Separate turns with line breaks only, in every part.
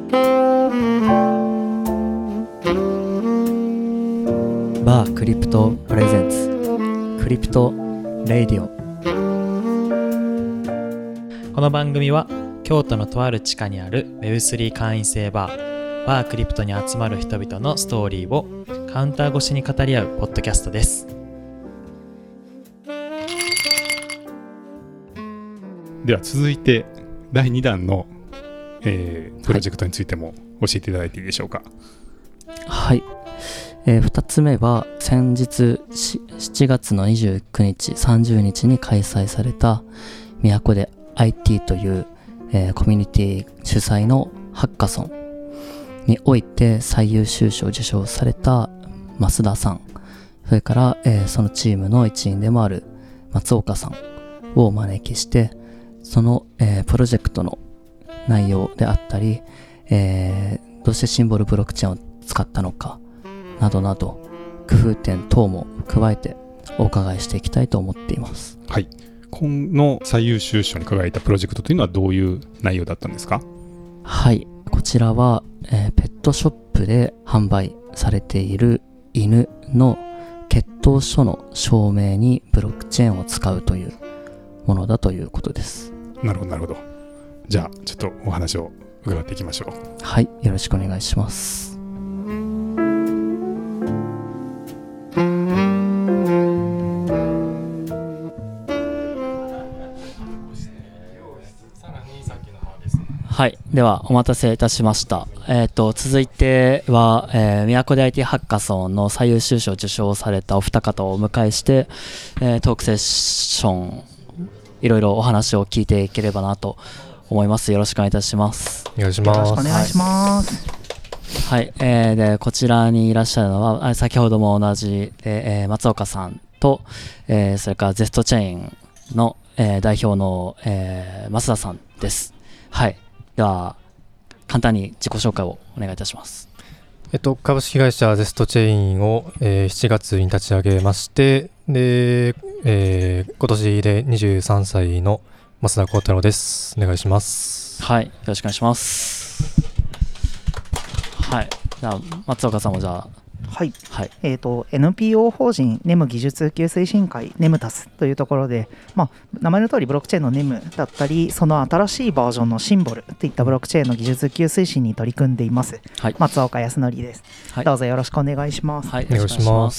バークリプトプレゼンツクリプトレイディオ。この番組は京都のとある地下にある Web3 会員制バークリプトに集まる人々のストーリーをカウンター越しに語り合うポッドキャストです。
では続いて第2弾の、プロジェクトについても教えていただいていいでしょうか。
はい、2つ目は先日7月の29日30日に開催された都で IT という、コミュニティ主催のハッカソンにおいて最優秀賞を受賞された増田さん、それから、そのチームの一員でもある松岡さんをお招きして、その、プロジェクトの内容であったり、どうしてシンボルブロックチェーンを使ったのかなどなど工夫点等も加えてお伺いしていきたいと思っています。
はい、この最優秀賞に輝いたプロジェクトというのはどういう内容だったんですか？
はい、こちらは、ペットショップで販売されている犬の血統書の証明にブロックチェーンを使うというものだということです。
なるほどなるほど。じゃあちょっとお話を伺っていきましょう。
はい、よろしくお願いします。はい、ではお待たせいたしました。続いては、都で IT ハッカソンの最優秀賞を受賞されたお二方をお迎えして、トークセッションいろいろお話を聞いていければなと思います。よろしくお願いいたします。
お願いします。
よろしくお願いします。
はい、でこちらにいらっしゃるのは先ほども同じで、松岡さんと、それからゼストチェーンの、代表の、増田さんです。はい、では簡単に自己紹介をお願いいたします。
株式会社ゼストチェインを、7月に立ち上げまして、で、今年で23歳の増田幸太郎です。お願いします。
はい、よろしくお願いします。はい、じゃあ松岡さんもじゃあ。
はい、
はい、
NPO 法人ネム技術普及推進会ネムタスというところで、名前の通りブロックチェーンのネムだったり、その新しいバージョンのシンボルといったブロックチェーンの技術普及推進に取り組んでいます、
はい、
松岡康則です、はい、どうぞよろしくお願いします。
はい、
お願いします。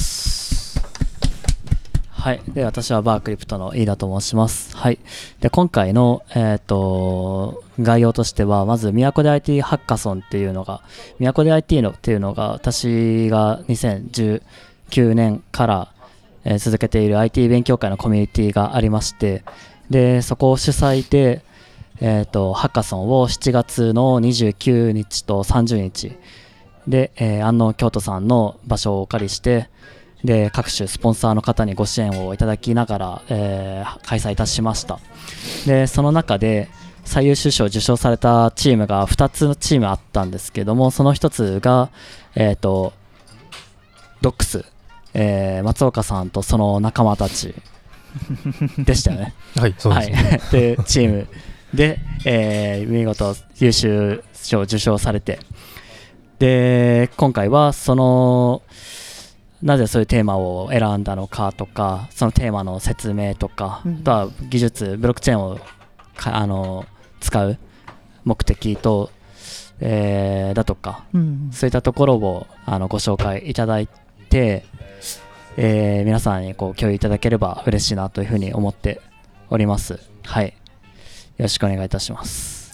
はい、で私はバークリプトの飯田と申します。はい、で今回の、概要としては、まず都で IT ハッカソンっていうのが、都で IT のっていうのが私が2019年から、続けている IT 勉強会のコミュニティがありまして、でそこを主催で、ハッカソンを7月の29日と30日で、安納京都さんの場所をお借りして、で各種スポンサーの方にご支援をいただきながら、開催いたしました。でその中で最優秀賞を受賞されたチームが2つのチームあったんですけども、その1つが、ドックス、松岡さんとその仲間たちでしたよね。
はい、そうですね。
はい、でチームで、見事優秀賞を受賞されて、で今回はそのなぜそういうテーマを選んだのかとか、そのテーマの説明とか、あとは技術ブロックチェーンを使う目的と、だとか、そういったところをご紹介いただいて、皆さんにこう共有いただければ嬉しいなというふうに思っております。はい、よろしくお願いいたします。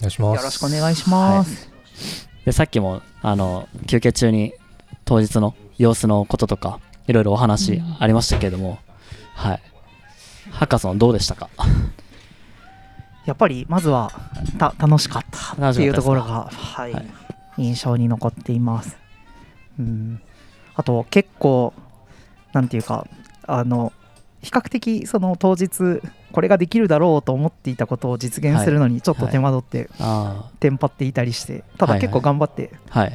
お願いします。
よろしくお願いします。
はい、でさっきも休憩中に当日の様子のこととかいろいろお話ありましたけれども、はい、ハッカソンどうでしたか？
やっぱりまずは楽しかったっていうところが、はいはい、印象に残っています。あと結構なんていうか比較的その当日これができるだろうと思っていたことを実現するのにちょっと手間取ってテンパっていたりして、ただ結構頑張って、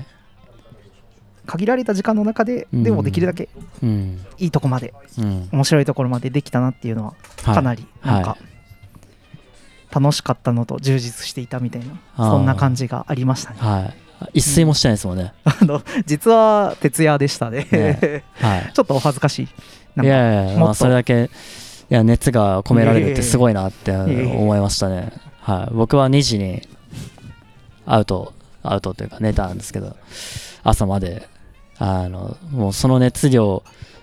限られた時間の中ででもできるだけいいとこまで、面白いところまでできたなっていうのはかなりなんか楽しかったのと充実していたみたいな、そんな感じがありましたね。
一睡もしてないですもんね。
実は徹夜でしたね。
はい。
ちょっとお恥ずかしい。
いやいや、まあそれだけ熱が込められるってすごいなって思いましたね。はい。僕は2時にアウトというか寝たんですけど、朝までもうその熱量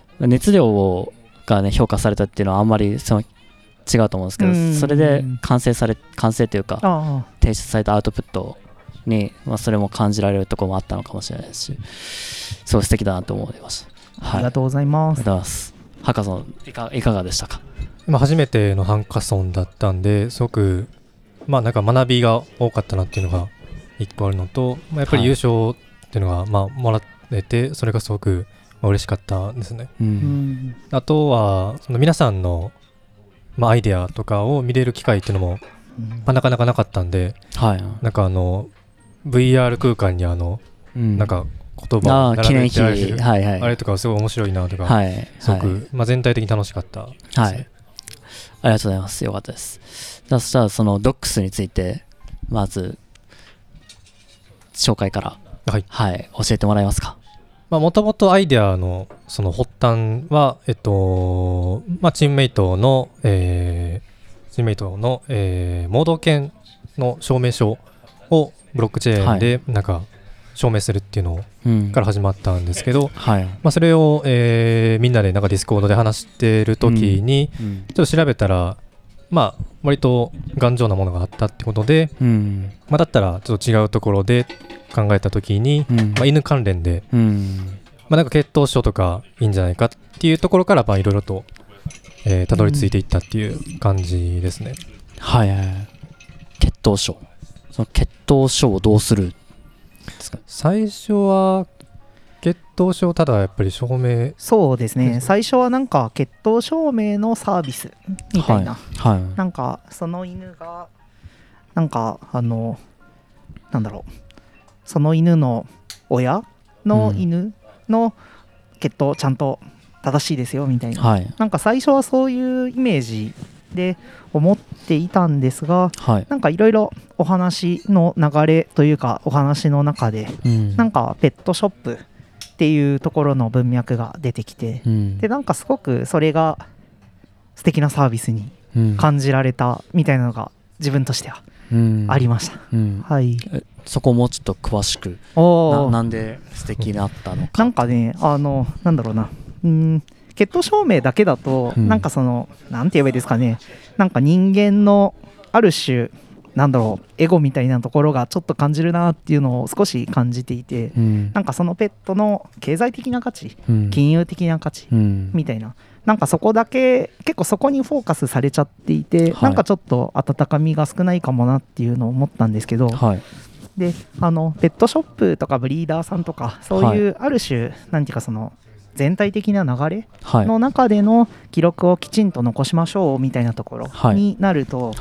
がね評価されたっていうのはあんまり違うと思うんですけど、それで完成というか提出されたアウトプットに、まあ、それも感じられるところもあったのかもしれないですし、すごい素敵だなと思いました。はい、
ありがとうございます。
ありがとうございます。ハッカソンいかがでしたか？
初めてのハンカソンだったんで、すごくなんか学びが多かったなっていうのが一個あるのと、やっぱり優勝っていうのがもらえて、それがすごく嬉しかったですね。あとはその皆さんのアイデアとかを見れる機会っていうのもなかなかなかったんで、なんかVR 空間になんか言葉を並べてあれとかすごい面白いなとか、すごく全体的に楽しかったですね。はい、
ありがとうございます。よかったです。そしたらそのドックスについてまず紹介から教えてもらえますか？
もともとアイデアのその発端はチームメイトの盲導犬の証明書をブロックチェーンでなんか証明するっていうのから始まったんですけど、それをみんなでなんかディスコードで話してる時にちょっと調べたら割と頑丈なものがあったってことで、だったらちょっと違うところで考えた時に、犬関連で、なんか血統書とかいいんじゃないかっていうところからいろいろとたどり着いていったっていう感じですね。
はいはい。血統書。その血統書をどうするんですか？
最初は血統書ただやっぱり証明、
そうですね。最初はなんか血統証明のサービスみたいな、なんかその犬がなんかなんだろう、その犬の親の犬の血統ちゃんと正しいですよみたいな、なんか最初はそういうイメージで思っていたんですが、なんかいろいろお話の流れというかお話の中で、なんかペットショップっていうところの文脈が出てきて、でなんかすごくそれが素敵なサービスに感じられたみたいなのが自分としてはありました。はい。
そこをもうちょっと詳しくなんで素敵だったのか。
なんかねなんだろうな、血統証明だけだと、なんかそのなんて言えばいいですかね、なんか人間のある種なんだろうエゴみたいなところがちょっと感じるなっていうのを少し感じていて、なんかそのペットの経済的な価値、金融的な価値みたいな、なんかそこだけ結構そこにフォーカスされちゃっていて、なんかちょっと温かみが少ないかもなっていうのを思ったんですけど、でペットショップとかブリーダーさんとかそういうある種なんていうかその全体的な流れの中での記録をきちんと残しましょうみたいなところになると、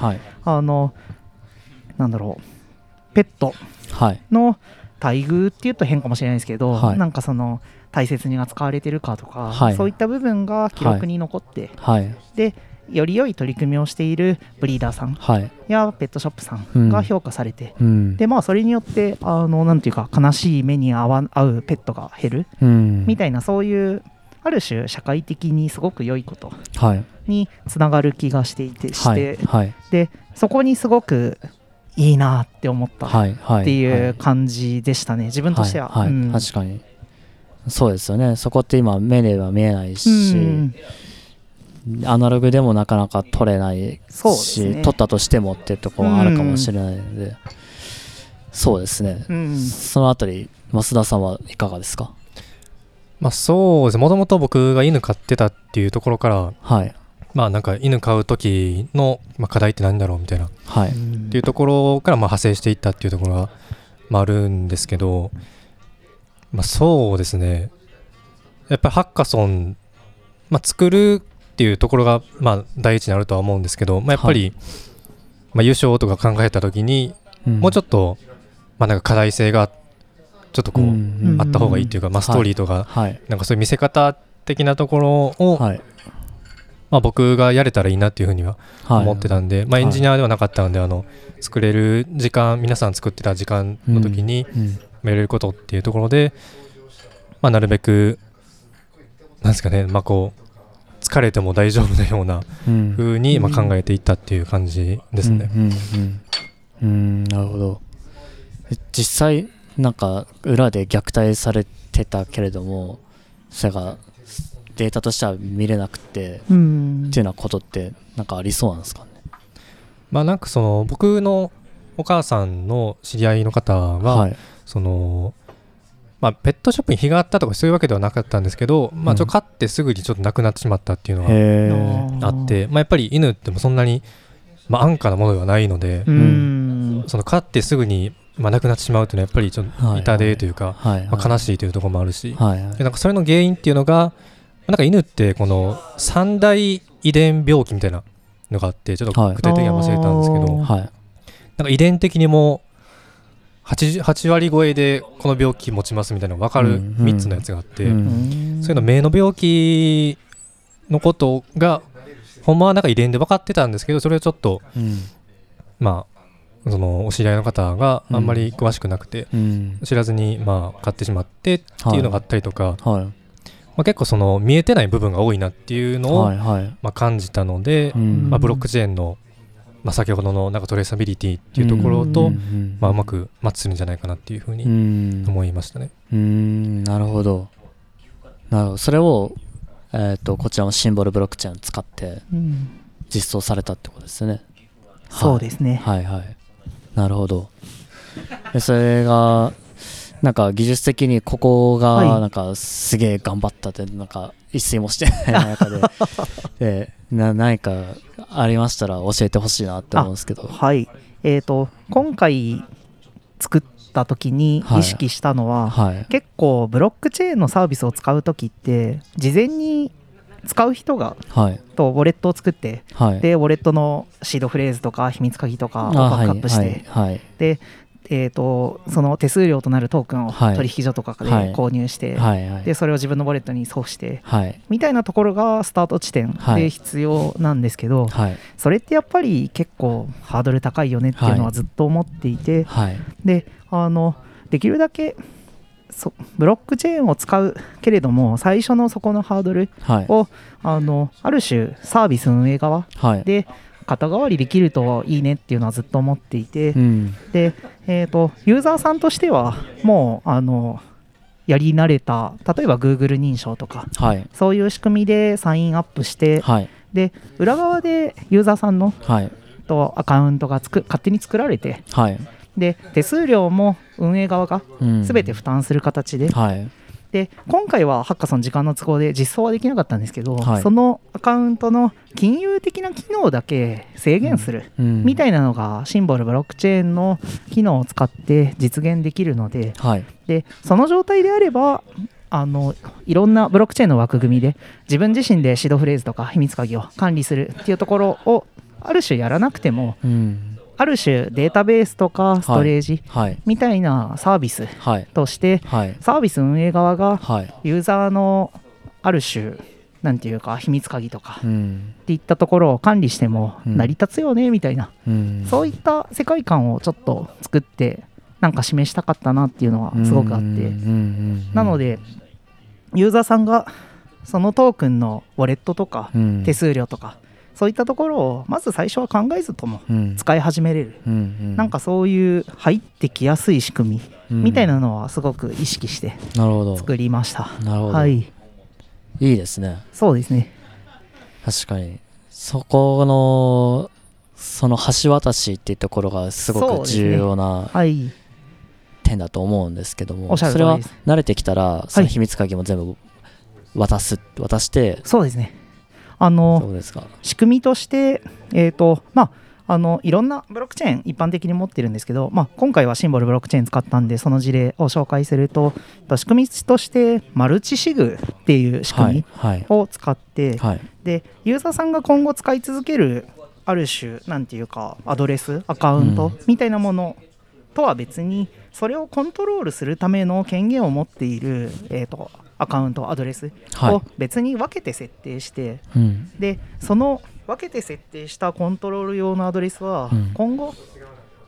なんだろうペットの待遇っていうと変かもしれないですけど、なんかその大切に扱われてるかとか、そういった部分が記録に残って、でより良い取り組みをしているブリーダーさんやペットショップさんが評価されて、でそれによってなんていうか悲しい目に遭うペットが減る、みたいなそういうある種社会的にすごく良いことにつながる気がしていて、でそこにすごくいいなって思ったっていう感じでしたね、自分としては。
確かにそうですよね。そこって今目では見えないし、アナログでもなかなか撮れないし、撮ったとしてもっていうところがあるかもしれないので、そうですね、そのあたり増田さんはいかがですか？
そうですね、もともと僕が犬飼ってたっていうところから、なんか犬飼う時の課題って何だろうみたいな、っていうところから派生していったっていうところがあるんですけど、そうですね、やっぱりハッカソン、作るっていうところが第一にあるとは思うんですけど、やっぱり、優勝とか考えた時に、もうちょっと、なんか課題性がちょっとこう、あった方がいいっていうか、ストーリーとか、なんかそういう見せ方的なところを、僕がやれたらいいなっていうふうには思ってたんで、エンジニアではなかったので作れる時間、皆さん作ってた時間の時に、 やれることっていうところで、なるべくなんですかね、こう疲れても大丈夫なような風に考えていったっていう感じですね。
なるほど。実際なんか裏で虐待されてたけれども、それがデータとしては見れなくてっていうようなことってなんかありそうなんですかね。
なんかその僕のお母さんの知り合いの方が、そのペットショップに非があったとかそういうわけではなかったんですけど、飼ってすぐにちょっと亡くなってしまったっていうのがあって、やっぱり犬ってもそんなに、安価なものではないので、その飼ってすぐに、亡くなってしまうというのはやっぱりちょっと痛手というか、悲しいというところもあるし、でなんかそれの原因っていうのが、なんか犬ってこの三大遺伝病気みたいなのがあって、ちょっと具体的には忘れたんですけど、なんか遺伝的にも8割超えでこの病気持ちますみたいなのが分かる3つのやつがあって、そういうの目の病気のことがほんまはなんか遺伝で分かってたんですけど、それをちょっと、そのお知り合いの方があんまり詳しくなくて、知らずに買ってしまってっていうのがあったりとか、結構その見えてない部分が多いなっていうのを感じたので、ブロックチェーンの先ほどのなんかトレーサビリティっていうところとうまくマッチするんじゃないかなっていうふうに思いましたね。
なるほど。それを、こちらのシンボルブロックチェーンを使って実装されたってことですね。
そうですね。
なるほど。でそれがなんか技術的にここがなんかすげえ頑張ったってなんか一睡もしてない中で何かありましたら教えてほしいなって思うんですけど。
今回作った時に意識したのは、結構ブロックチェーンのサービスを使う時って事前に使う人が、とウォレットを作って、でウォレットのシードフレーズとか秘密鍵とかをバックアップして、でその手数料となるトークンを取引所とかで購入して、でそれを自分のウォレットに送して、みたいなところがスタート地点で必要なんですけど、それってやっぱり結構ハードル高いよねっていうのはずっと思っていて、でできるだけブロックチェーンを使うけれども最初のそこのハードルを、ある種サービス運営側で肩代わりできるといいねっていうのはずっと思っていて、で、ユーザーさんとしてはもうやり慣れた例えば Google 認証とか、そういう仕組みでサインアップして、で裏側でユーザーさんの、アカウントが勝手に作られて、で手数料も運営側が全て負担する形で、で今回はハッカソン時間の都合で実装はできなかったんですけど、そのアカウントの金融的な機能だけ制限するみたいなのがシンボルブロックチェーンの機能を使って実現できるので、でその状態であればいろんなブロックチェーンの枠組みで自分自身でシードフレーズとか秘密鍵を管理するっていうところをある種やらなくても、ある種データベースとかストレージみたいなサービスとしてサービス運営側がユーザーのある種なんていうか秘密鍵とかっていったところを管理しても成り立つよねみたいな、そういった世界観をちょっと作ってなんか示したかったなっていうのはすごくあって、なのでユーザーさんがそのトークンのウォレットとか手数料とかそういったところをまず最初は考えずとも使い始めれる、なんかそういう入ってきやすい仕組みみたいなのはすごく意識して作りました。
いいですね。
そうですね。
確かにそこのその橋渡しっていうところがすごく重要な点だと思うんですけども、それは慣れてきたらその秘密鍵も全部渡して、
そうですね。仕組みとして、いろんなブロックチェーン一般的に持ってるんですけど、今回はシンボルブロックチェーン使ったんでその事例を紹介すると、仕組みとしてマルチシグっていう仕組みを使って、でユーザーさんが今後使い続けるある種なんていうかアドレスアカウントみたいなものとは別に、それをコントロールするための権限を持っている、アカウントアドレスを別に分けて設定して、でその分けて設定したコントロール用のアドレスは今後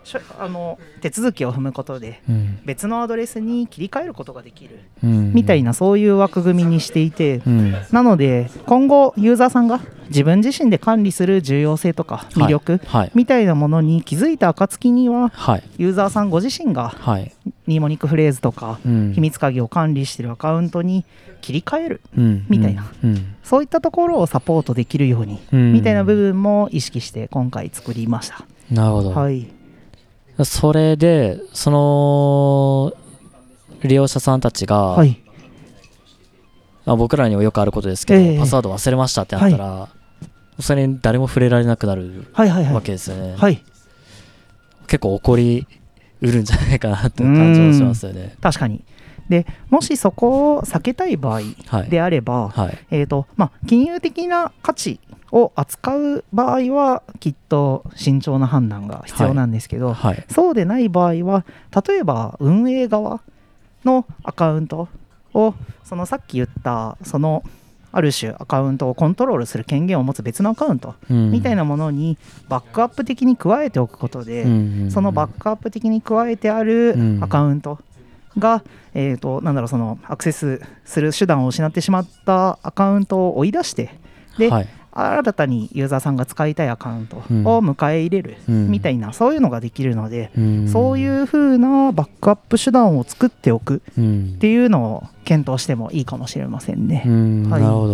手続きを踏むことで別のアドレスに切り替えることができる
うん
みたいな、そういう枠組みにしていて、
うん
なので今後ユーザーさんが自分自身で管理する重要性とか魅力
はい
みたいなものに気づいた暁には、
はい
ユーザーさんご自身が
はい
ニーモニックフレーズとか
うん
秘密鍵を管理しているアカウントに切り替える
うん
みたいな
うん
そういったところをサポートできるように
うん
みたいな部分も意識して今回作りました。
なるほど、
はい
それでその利用者さんたちが、
はい
僕らにもよくあることですけど、
ええ
パスワード忘れましたってなったら、それに誰も触れられなくなる
はいはいはい
わけですよね、
はい
結構起こりうるんじゃないかなって感じもしますよね。
確かに。でもしそこを避けたい場合
はい
であれば、
はい
金融的な価値を扱う場合はきっと慎重な判断が必要なんですけど、
はい
そうでない場合は例えば運営側のアカウントをそのさっき言ったそのある種アカウントをコントロールする権限を持つ別のアカウントみたいなものにバックアップ的に加えておくことで、そのバックアップ的に加えてあるアカウントが、そのアクセスする手段を失ってしまったアカウントを追い出してで、
はい
新たにユーザーさんが使いたいアカウントを迎え入れるみたいな、そういうのができるので、そういう風なバックアップ手段を作っておくっていうのを検討してもいいかもしれませんね。
なるほど。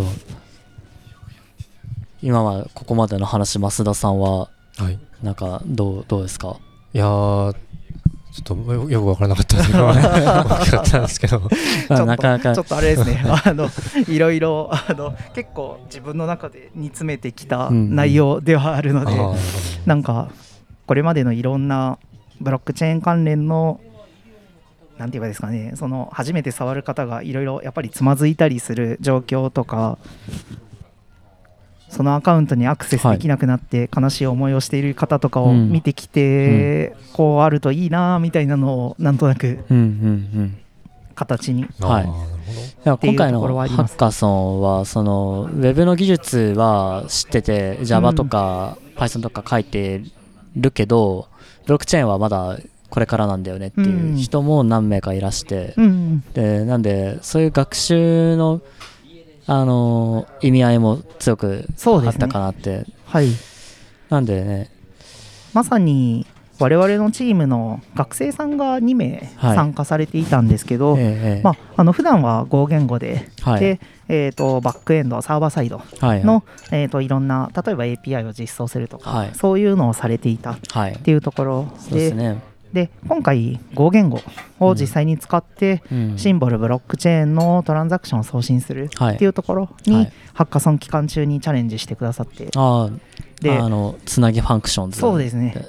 今はここまでの話、増田さんはなんかどうですか？
いやーちょっとよく分からなかったですけど大きかったんですけど
なかなか
ちょっとあれですねいろいろ結構自分の中で煮詰めてきた内容ではあるので、なんかこれまでのいろんなブロックチェーン関連のなんて言えばいいですかね、その初めて触る方がいろいろやっぱりつまずいたりする状況とか、そのアカウントにアクセスできなくなって悲しい思いをしている方とかを見てきて、こうあるといいなみたいなのをなんとなく形に、
今回のハッカソンはそのウェブの技術は知ってて Java とか Python とか書いてるけど、ブロックチェーンはまだこれからなんだよねっていう人も何名かいらして、でなんでそういう学習の意味合いも強くあったかなって、なんでね、
まさに我々のチームの学生さんが2名参加されていたんですけど、普段はGo言語で、でバックエンドサーバーサイドの、いろんな例えば API を実装するとか、そういうのをされていたっていうところで、今回Go言語を実際に使ってシンボルブロックチェーンのトランザクションを送信するっていうところにハッカソン期間中にチャレンジしてくださって、
でつなぎファンクションズ、
そうですね、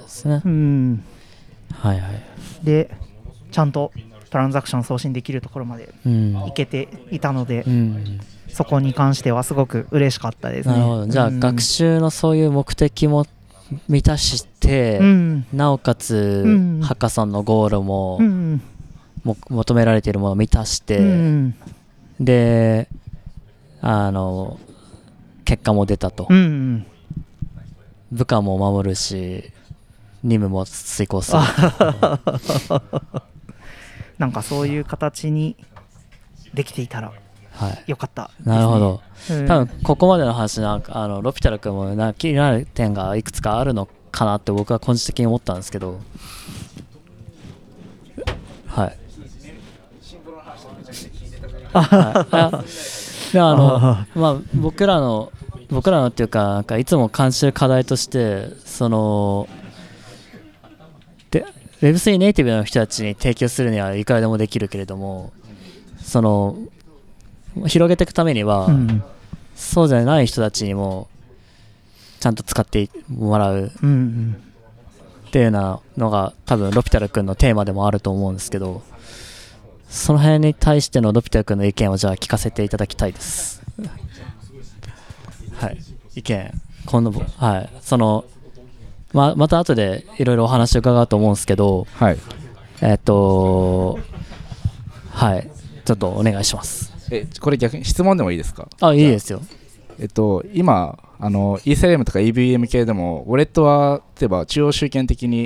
でちゃんとトランザクション送信できるところまでいけていたので、そこに関してはすごく嬉しかったですね。
なるほど。じゃあ学習のそういう目的も満たして、なおかつ、ハッカソンのゴールも、求められているものを満たして、で結果も出たと、部下も守るし任務も遂行する
なんかそういう形にできていたらよかったですね。
なるほど。多分ここまでの話なんかロピタル君も気になる点がいくつかあるのかなって僕は個人的に思ったんですけど、で僕らのっていうか、なんかいつも感じる課題として、そので Web3 ネイティブの人たちに提供するにはいくらでもできるけれども、その広げていくためには、そうじゃない人たちにもちゃんと使ってもらうっていうようなのが多分ロピタル君のテーマでもあると思うんですけど、その辺に対してのロピタル君の意見をじゃあ聞かせていただきたいです。意見今度また後でいろいろお話を伺うと思うんですけど、ちょっとお願いします。
これ逆に質問でもいいですか？
いいですよ。
今イーサリアムとか EVM 系でもウォレットは例えば中央集権的に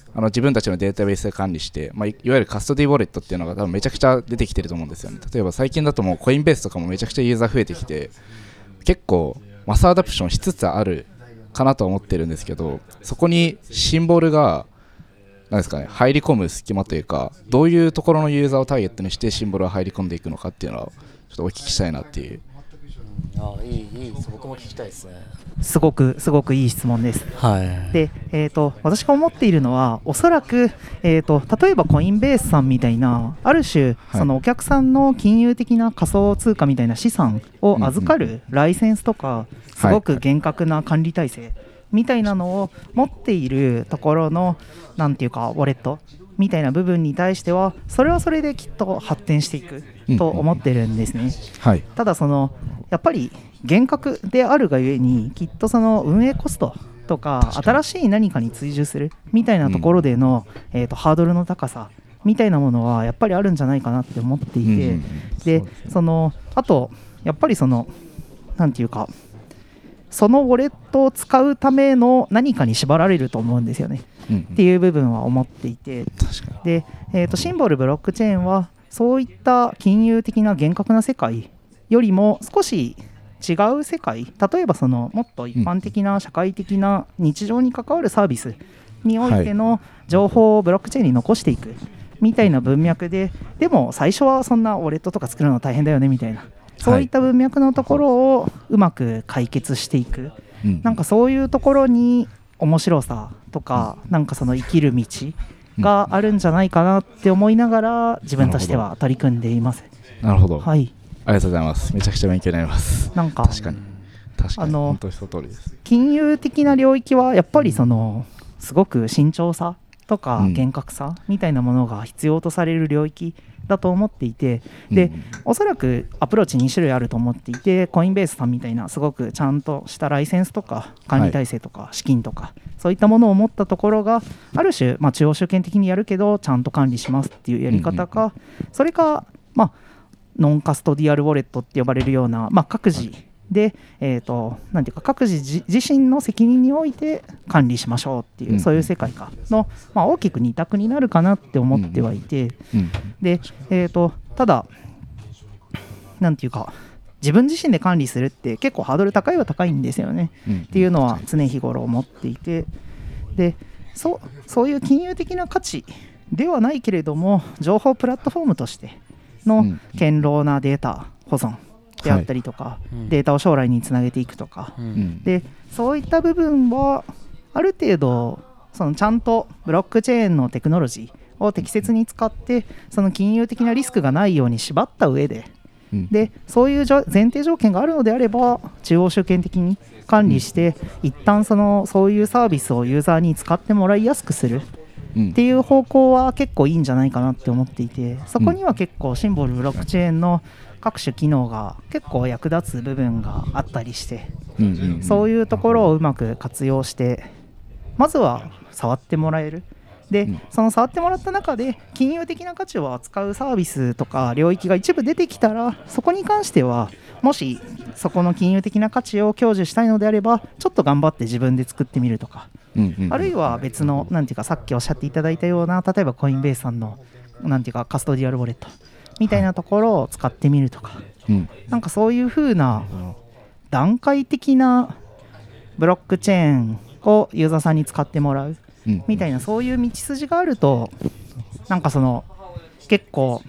自分たちのデータベースで管理して、いわゆるカストディウォレットっていうのが多分めちゃくちゃ出てきてると思うんですよね。例えば最近だともうコインベースとかもめちゃくちゃユーザー増えてきて、結構マスアダプションしつつあるかなと思ってるんですけど、そこにシンボルがなんですかね、入り込む隙間というか、どういうところのユーザーをターゲットにしてシンボルが入り込んでいくのかっていうのをちょっとお聞きしたいなっていう。
いい僕も聞きたいですね。
すごくいい質問です。
はい。
で、私が思っているのは、おそらく、例えばコインベースさんみたいなある種、そのお客さんの金融的な仮想通貨みたいな資産を預かるライセンスとか、すごく厳格な管理体制みたいなのを持っているところのなんていうかウォレットみたいな部分に対しては、それはそれできっと発展していくと思ってるんですね。ただやっぱり厳格であるがゆえに、きっとその運営コストとか新しい何かに追従するみたいなところでの、ハードルの高さみたいなものはやっぱりあるんじゃないかなって思っていて、であとやっぱりなんていうか、そのウォレットを使うための何かに縛られると思うんですよね、っていう部分は思っていて、で、シンボルブロックチェーンはそういった金融的な厳格な世界よりも少し違う世界、例えばもっと一般的な社会的な日常に関わるサービスにおいての情報をブロックチェーンに残していくみたいな文脈で、でも最初はそんなウォレットとか作るの大変だよねみたいな、そういった文脈のところをうまく解決していく、なんかそういうところに面白さとか、なんか生きる道があるんじゃないかなって思いながら自分としては取り組んでいます。
なるほど、
はい、
ありがとうございます。めちゃくちゃ勉強になります。
なんか
確かに本当にその通りです。
金融的な領域はやっぱりすごく慎重さとか厳格さみたいなものが必要とされる領域だと思っていて、で、おそらくアプローチ2種類あると思っていて、コインベースさんみたいなすごくちゃんとしたライセンスとか管理体制とか資金とか、そういったものを持ったところがある種、中央集権的にやるけどちゃんと管理しますっていうやり方か、それか、ノンカストディアルウォレットって呼ばれるような、各自で、なんていうか各自自身の責任において管理しましょうっていう、そういう世界観の、大きく2択になるかなって思ってはいて、で、ただなんていうか自分自身で管理するって結構ハードル高いは高いんですよね、っていうのは常日頃思っていて、でそういう金融的な価値ではないけれども、情報プラットフォームとしての堅牢なデータ保存であったりとか、データを将来につなげていくとか、でそういった部分はある程度ちゃんとブロックチェーンのテクノロジーを適切に使って、金融的なリスクがないように縛った上で、でそういう前提条件があるのであれば中央集権的に管理して、一旦そういうサービスをユーザーに使ってもらいやすくするっていう方向は結構いいんじゃないかなって思っていて、そこには結構シンボルブロックチェーンの各種機能が結構役立つ部分があったりして、そういうところをうまく活用してまずは触ってもらえる。で、触ってもらった中で金融的な価値を扱うサービスとか領域が一部出てきたら、そこに関してはもしそこの金融的な価値を享受したいのであれば、ちょっと頑張って自分で作ってみるとか、あるいは別のなんていうか、さっきおっしゃっていただいたような、例えばコインベースさんのなんていうかカストディアルウォレットみたいなところを使ってみるとか、なんかそういう風な段階的なブロックチェーンをユーザーさんに使ってもらうみたいな、そういう道筋があると、なんか結構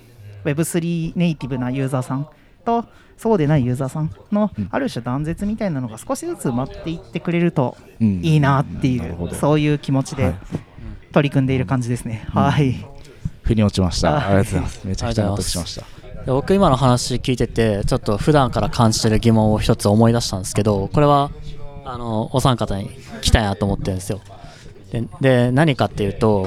Web3 ネイティブなユーザーさんとそうでないユーザーさんのある種断絶みたいなのが少しずつ埋まっていってくれるといいなっていう、そういう気持ちで取り組んでいる感じですね。はい、
腑に落ちました。ありがとうございます。めちゃくちゃ納得しました。
僕今の話聞いてて、ちょっと普段から感じてる疑問を一つ思い出したんですけど、これはお三方に聞きたいなと思ってるんですよ。で何かっていうと、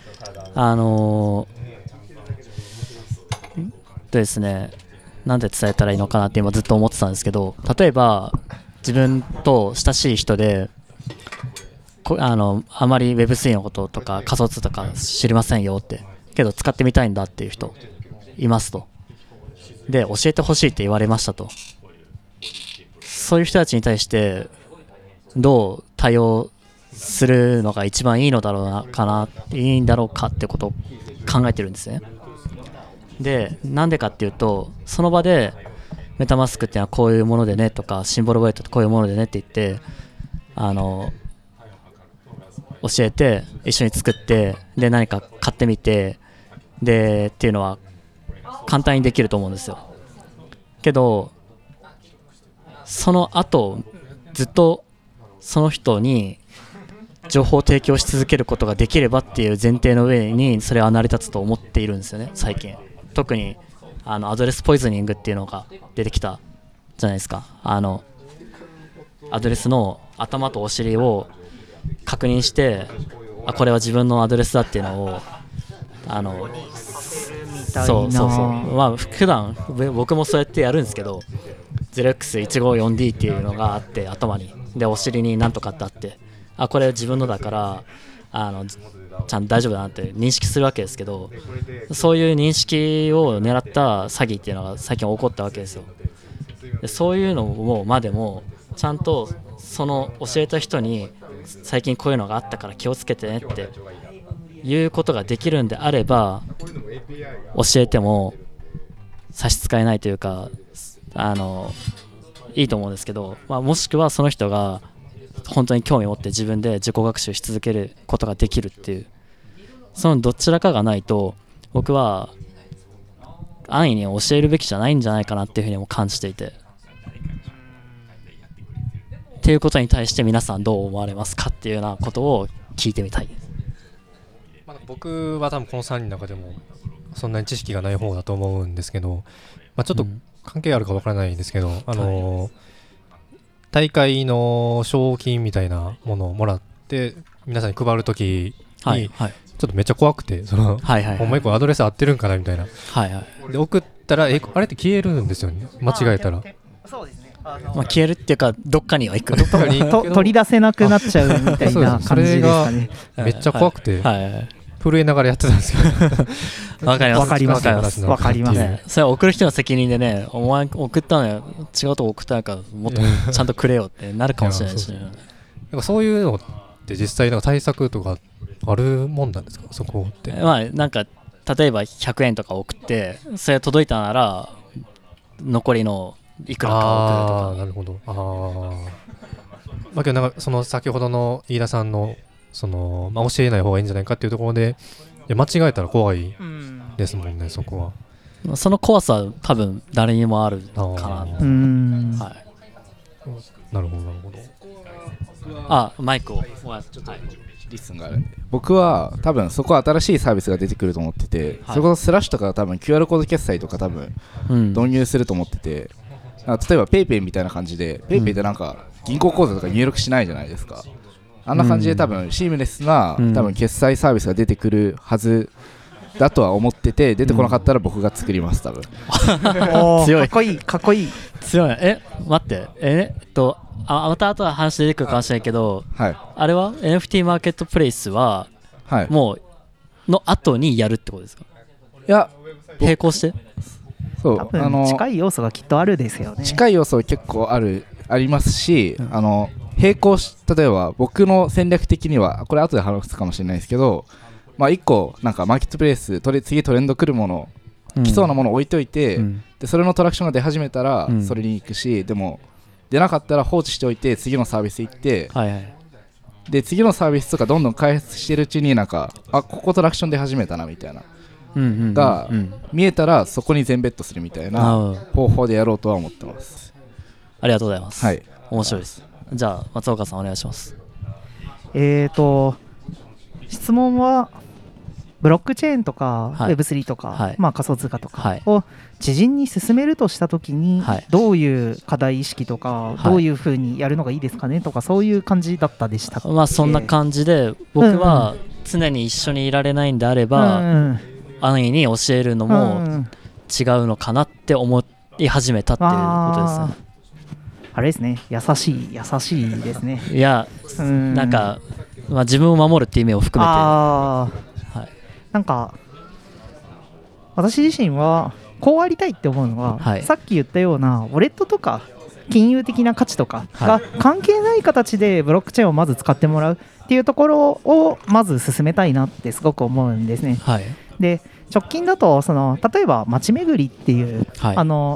ですね、なんで伝えたらいいのかなって今ずっと思ってたんですけど、例えば自分と親しい人であまり Web3 のこととか仮想通貨とか知りませんよって、けど使ってみたいんだっていう人いますと。で教えてほしいって言われましたと。そういう人たちに対してどう対応するのが一番いいのだろういいんだろうかってことを考えてるんですね。で、なんでかっていうと、その場でメタマスクっていうのはこういうものでねとか、シンボルウォレットってこういうものでねって言って教えて一緒に作って、で何か買ってみて、でっていうのは簡単にできると思うんですよ。けどその後ずっとその人に情報を提供し続けることができればっていう前提の上にそれは成り立つと思っているんですよね、最近。特にアドレスポイズニングっていうのが出てきたじゃないですか。アドレスの頭とお尻を確認して、これは自分のアドレスだっていうのをそうまあ普段僕もそうやってやるんですけど、 0x154D っていうのがあって、頭にでお尻になんとかってあって、これは自分のだからちゃんと大丈夫だなって認識するわけですけど、そういう認識を狙った詐欺っていうのが最近起こったわけですよ。でそういうのもまでもちゃんとその教えた人に最近こういうのがあったから気をつけてねっていうことができるんであれば、教えても差し支えないというかいいと思うんですけど、もしくはその人が本当に興味を持って自分で自己学習し続けることができるっていう、そのどちらかがないと僕は安易に教えるべきじゃないんじゃないかなっていうふうにも感じていて、っていうことに対して皆さんどう思われますかっていうようなことを聞いてみたい。
僕は多分この3人の中でもそんなに知識がない方だと思うんですけど、ちょっと関係あるかわからないんですけど、大会の賞金みたいなものをもらって皆さんに配るときに、ちょっとめっちゃ怖くて、ほんまにこうアドレス合ってるんかなみたいな、で送ったらあれって消えるんですよね、間違えたら。
そうですね、
消えるっていうかどっかには行く、
取り出せなくなっちゃうみたいな感じですかね。
めっちゃ怖くて、震えながらやってたんですけど。
わかります。
わかります。
それは送る人の責任でね、お前送ったのよ、違うとこ送ったのか、もっとちゃんとくれよってなるかもしれないし、ね。
そういうのって実際なんか対策とかあるもんなんですか、そこって。
なんか例えば100円とか送って、それ届いたなら残りのいくらか送るとか。
なるほど。けどなんかその先ほどの飯田さんの教えない方がいいんじゃないかっていうところで、間違えたら怖いですもんね、そこ
は。その怖さは多分誰にもあるかな。
なるほど。
マイクを
リスンがあるんで、僕は多分そこは新しいサービスが出てくると思ってて、それこそスラッシュとか多分 QR コード決済とか多分導入すると思ってて、例えば PayPay みたいな感じで PayPay ってなんか銀行口座とか入力しないじゃないですか。あんな感じで多分シームレスな多分決済サービスが出てくるはずだとは思ってて、出てこなかったら僕が作ります、多分。
強い。
かっこいい。
強い。待って。また後は話出てくるかもしれないけど、あれは NFT マーケットプレイスはもうの後にやるってことですか？
いや、
並行して。
そう、近い要素がきっとあるですよね。
近い要素は結構ありますし、並行し、例えば僕の戦略的にはこれ後で話すかもしれないですけど、1個なんかマーケットプレイス次トレンド来るもの、来そうなものを置いといて、でそれのトラクションが出始めたらそれに行くし、でも出なかったら放置しておいて次のサービス行って、で次のサービスとかどんどん開発してるうちになんかここトラクション出始めたなみたいなが見えたらそこに全ベットするみたいな方法でやろうとは思ってます。
ありがとうございます。面白いです。じゃあ松岡さんお願いします。
質問はブロックチェーンとか Web3 とか、仮想通貨とかを知人に進めるとしたときに、どういう課題意識とか、どういうふうにやるのがいいですかねとか、そういう感じだったでしたっけ？
そんな感じで、僕は常に一緒にいられないんであれば、安易に教えるのも違うのかなって思い始めたっていうことですね。
あれですね、優しいですね。
いや、なんか、自分を守るっていう意味を含めて、
なんか私自身はこうありたいって思うのは、さっき言ったようなウォレットとか金融的な価値とかが関係ない形でブロックチェーンをまず使ってもらうっていうところをまず進めたいなってすごく思うんですね。
はい、
で直近だと例えば街巡りっていう、
はい、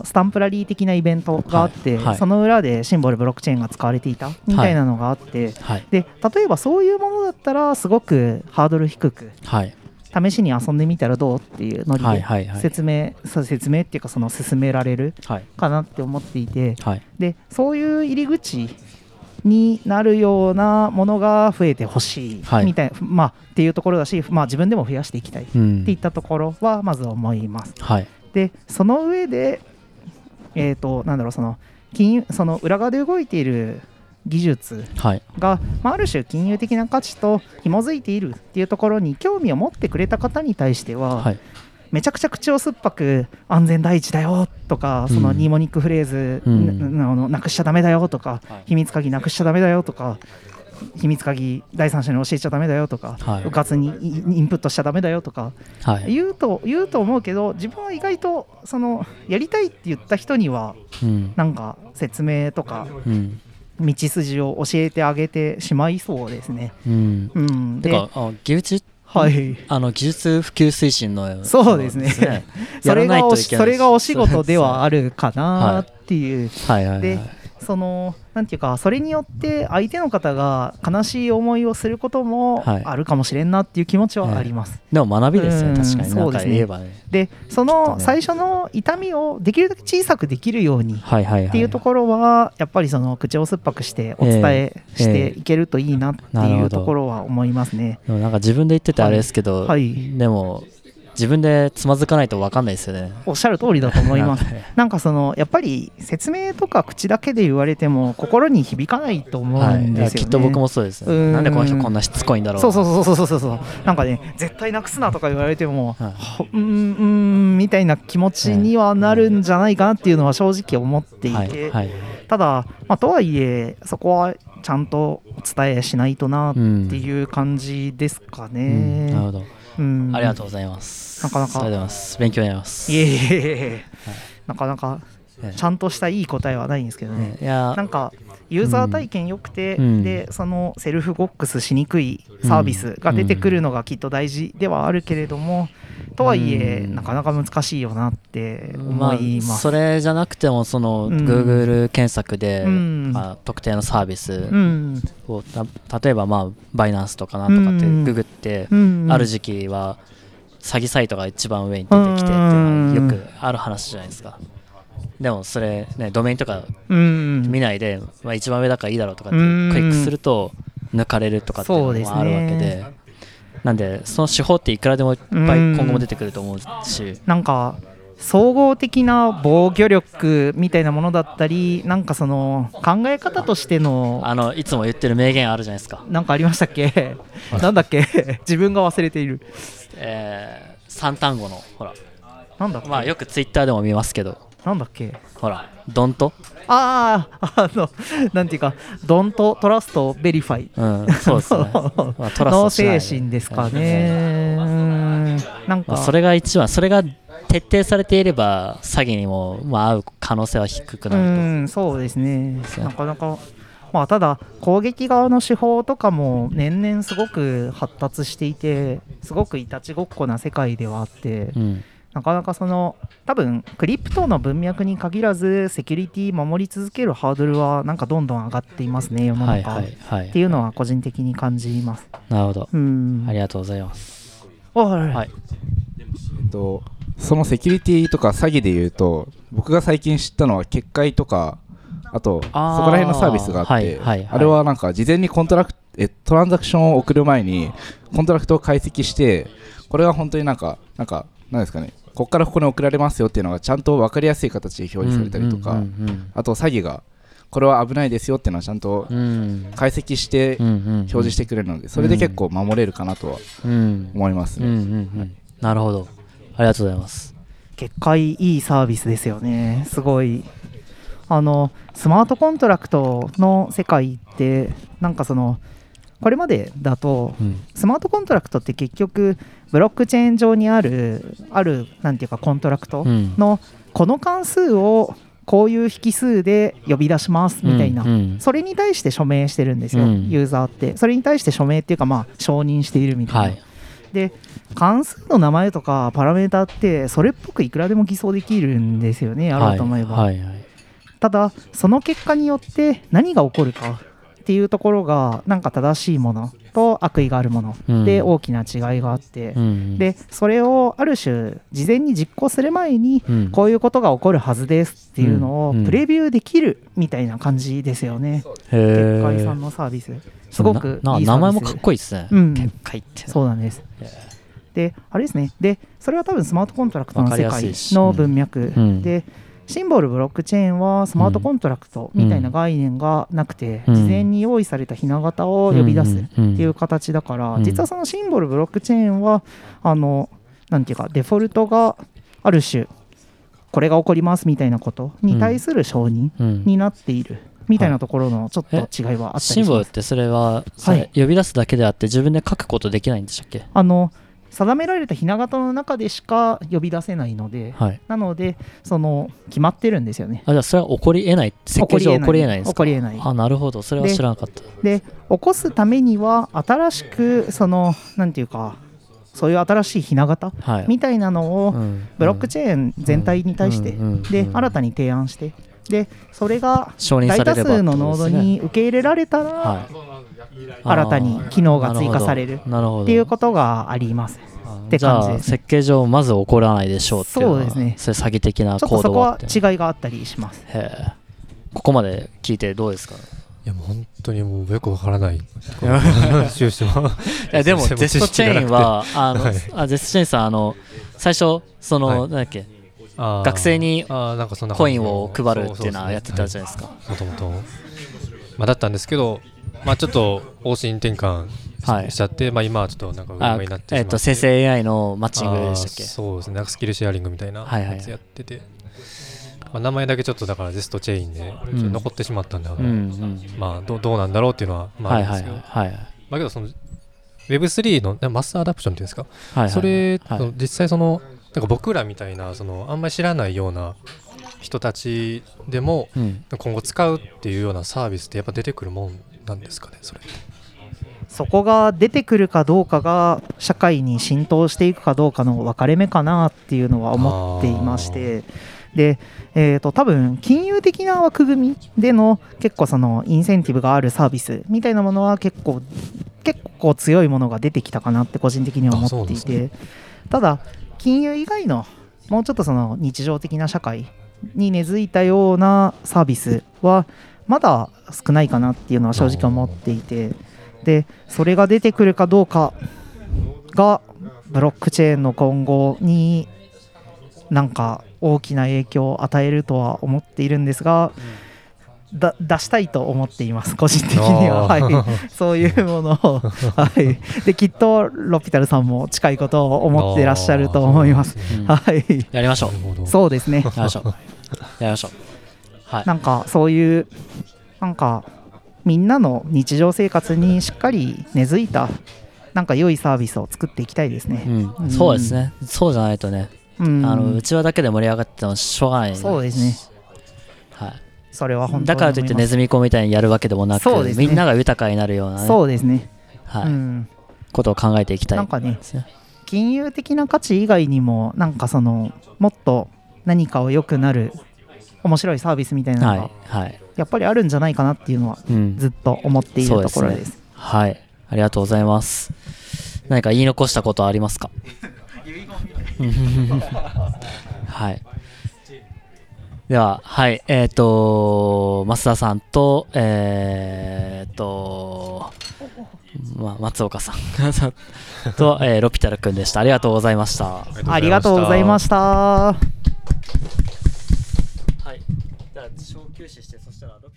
スタンプラリー的なイベントがあって、
はいはい、
その裏でシンボルブロックチェーンが使われていたみたいなのがあって、はい、で例えばそういうものだったらすごくハードル低く、はい、試しに遊んでみたらどうっていうので説明っていうか進められるかなって思っていて、はい、でそういう入り口になるようなものが増えてほしいみたいな、っていうところだし、自分でも増やしていきたいっていったところはまず思います。はい、でその上で、その裏側で動いている技術が、ある種金融的な価値と紐づいているっていうところに興味を持ってくれた方に対しては、はい、めちゃくちゃ口を酸っぱく安全第一だよとか、そのニーモニックフレーズ、なくしちゃダメだよとか、秘密鍵なくしちゃダメだよとか、秘密鍵第三者に教えちゃダメだよとか、うかつにインプットしちゃダメだよとか、言うと思うけど、自分は意外とやりたいって言った人には、なんか説明とか、道筋を教えてあげてしまいそうですね。
で技術
はい、
技術普及推進の
そうですねそれがお仕事ではあるかなっていう。でなんていうか、それによって相手の方が悲しい思いをすることもあるかもしれんなっていう気持ちはあります。
でも学びですね、確かに。
そうですね。で最初の痛みをできるだけ小さくできるようにっていうところはやっぱり口を酸っぱくしてお伝えしていけるといいなっていうところは思いますね。
でもなんか自分で言っててあれですけど、でも自分でつまずかないと分かんないですよね。
おっしゃる通りだと思います。なんかやっぱり説明とか口だけで言われても心に響かないと思うんですよね。
きっと僕もそうです。なんでこの人こんなしつこいんだろう。
そうなんかね、絶対なくすなとか言われても、みたいな気持ちにはなるんじゃないかなっていうのは正直思っていて、ただとはいえそこはちゃんとお伝えしないとなっていう感じですかね。
なるほど。ありがとうございます。
なかなか
勉強になります。
なかなかちゃんとしたいい答えはないんですけどね。なんかユーザー体験良くて、でセルフボックスしにくいサービスが出てくるのがきっと大事ではあるけれども、とはいえなかなか難しいよなって思います。
それじゃなくてもGoogle 検索で、特定のサービスを例えばバイナンスとかなんとかってググって、ある時期は詐欺サイトが一番上に出てきてっていうのはよくある話じゃないですか。でもそれね、ドメインとか見ないで、一番上だからいいだろうとかってクリックすると抜かれるとかっていうのもあるわけで、なんでその手法っていくらでもいっぱい今後も出てくると思うし、
なんか総合的な防御力みたいなものだったり、なんか考え方としての
いつも言ってる名言あるじゃないですか。
なんかありましたっけなんだっけ自分が忘れている。
3単語のほら、
なんだっけ、
よくツイッターでも見ますけど、
なんだっけ、
ほらドント、
なんていうか、ドントトラストベリファイ、
そうですね
の精神ですかね。なんか
それが一番、それが徹底されていれば詐欺にも合う可能性は低くなると。
そうですね。なかなかただ攻撃側の手法とかも年々すごく発達していて、すごくいたちごっこな世界ではあって、なかなか多分クリプトの文脈に限らずセキュリティ守り続けるハードルはなんかどんどん上がっていますね、世の中っていうのは個人的に感じます。
なるほど、ありがとうございます。
そのセキュリティとか詐欺でいうと、僕が最近知ったのは結界とか、あとそこら辺のサービスがあって、あれはなんか事前にトランザクションを送る前にコントラクトを解析して、これは本当になんですかね、ここからここに送られますよっていうのがちゃんと分かりやすい形で表示されたりとか、あと詐欺がこれは危ないですよっていうのはちゃんと解析して表示してくれるので、それで結構守れるかなとは思いますね。
なるほど、ありがとうございます。
結界いいサービスですよね。すごいスマートコントラクトの世界ってなんかこれまでだと、スマートコントラクトって結局ブロックチェーン上にあるなんていうかコントラクトのこの関数をこういう引数で呼び出しますみたいな、それに対して署名してるんですよ、ユーザーって。それに対して署名っていうか、承認しているみたいな、はい、で関数の名前とかパラメータってそれっぽくいくらでも偽装できるんですよね、やろうと思えば、はいはいはい、ただその結果によって何が起こるかっていうところがなんか正しいものと悪意があるもので大きな違いがあって、でそれをある種事前に実行する前にこういうことが起こるはずですっていうのをプレビューできるみたいな感じですよね、結界さんのサービスすごくいいサービス。
名前もかっこいいですね、結界って。
そうなんです。であれですね、でそれは多分スマートコントラクトの世界の文脈で、シンボルブロックチェーンはスマートコントラクトみたいな概念がなくて、事前に用意されたひな形を呼び出すっていう形だから、実はそのシンボルブロックチェーンはなんていうかデフォルトがある種これが起こりますみたいなことに対する承認になっているみたいなところのちょっと違いはあったりします。
シンボルってそれは呼び出すだけであって自分で書くことできないんでしたっけ？
定められたひな形の中でしか呼び出せないので、はい、なので決まってるんですよね。
じゃあそれは起こりえない、設計上起こりえないんですか？
起こりえない。
なるほど、それは知らなかった。
で起こすためには新しくなんていうかそういう新しいひな形みたいなのをブロックチェーン全体に対してで新たに提案して、でそれが大多数のノードに受け入れられたら新たに機能が追加されるっていうことがありますって感じですね。
じゃあ設計上まず起こらないでしょうっていうのは、そうですね、それ詐欺的な行動があって、
ちょっとそこは違いがあったりします。
ここまで聞いてどうですか？
いやもう本当にもうよくわからないでも
ゼストチェーンはゼストチェーンさん最初なんだっけ、学生にコインを配るっていうのはやってたじゃないですか。
もともとだったんですけど、ちょっと方針転換しちゃって、今はちょっとなんか上になってしまって、
生成 AI のマッチングでしたっけ？
そうですね、なんかスキルシェアリングみたいなやつやってて、名前だけちょっとだからゼストチェーンで残ってしまったんで、どうなんだろうっていうのはあるんですけど、けどWeb3 のマスアダプションっていうんですか、それ実際なんか僕らみたいなあんまり知らないような人たちでも今後使うっていうようなサービスってやっぱ出てくるもんなんですかね？
そこが出てくるかどうかが社会に浸透していくかどうかの分かれ目かなっていうのは思っていまして、で、多分金融的な枠組みでの結構インセンティブがあるサービスみたいなものは結構強いものが出てきたかなって個人的には思っていて、ただ金融以外のもうちょっと日常的な社会に根付いたようなサービスはまだ少ないかなっていうのは正直思っていて、でそれが出てくるかどうかがブロックチェーンの今後になんか大きな影響を与えるとは思っているんですが、出したいと思っています個人的には、はい、そういうものを、はい、できっとロピタルさんも近いことを思ってらっしゃると思います、はい、
やりましょう。
そうですね、
やりましょう、はい、
なんかそういうなんかみんなの日常生活にしっかり根付いたなんか良いサービスを作っていきたいですね、
そうですね、そうじゃないとね、うちわだけで盛り上がってもしょうがない、
そうですね、
はい、
それは本当に
だからといってネズミ子みたいにやるわけでもなく、ね、みんなが豊かになるような、ね、
そうですね、
はい、ことを考えていきたい、
なんかね、金融的な価値以外にもなんかもっと何かを良くなる面白いサービスみたいなのがやっぱりあるんじゃないかなっていうのはずっと思っているところです。
はい、ありがとうございます。何か言い残したことはありますか？はい。では、はい、増田さんと、松岡さんと、ロピタル君でした。ありがとうございました。
ありがとうございました。はい。じゃあ小休止して、そしたら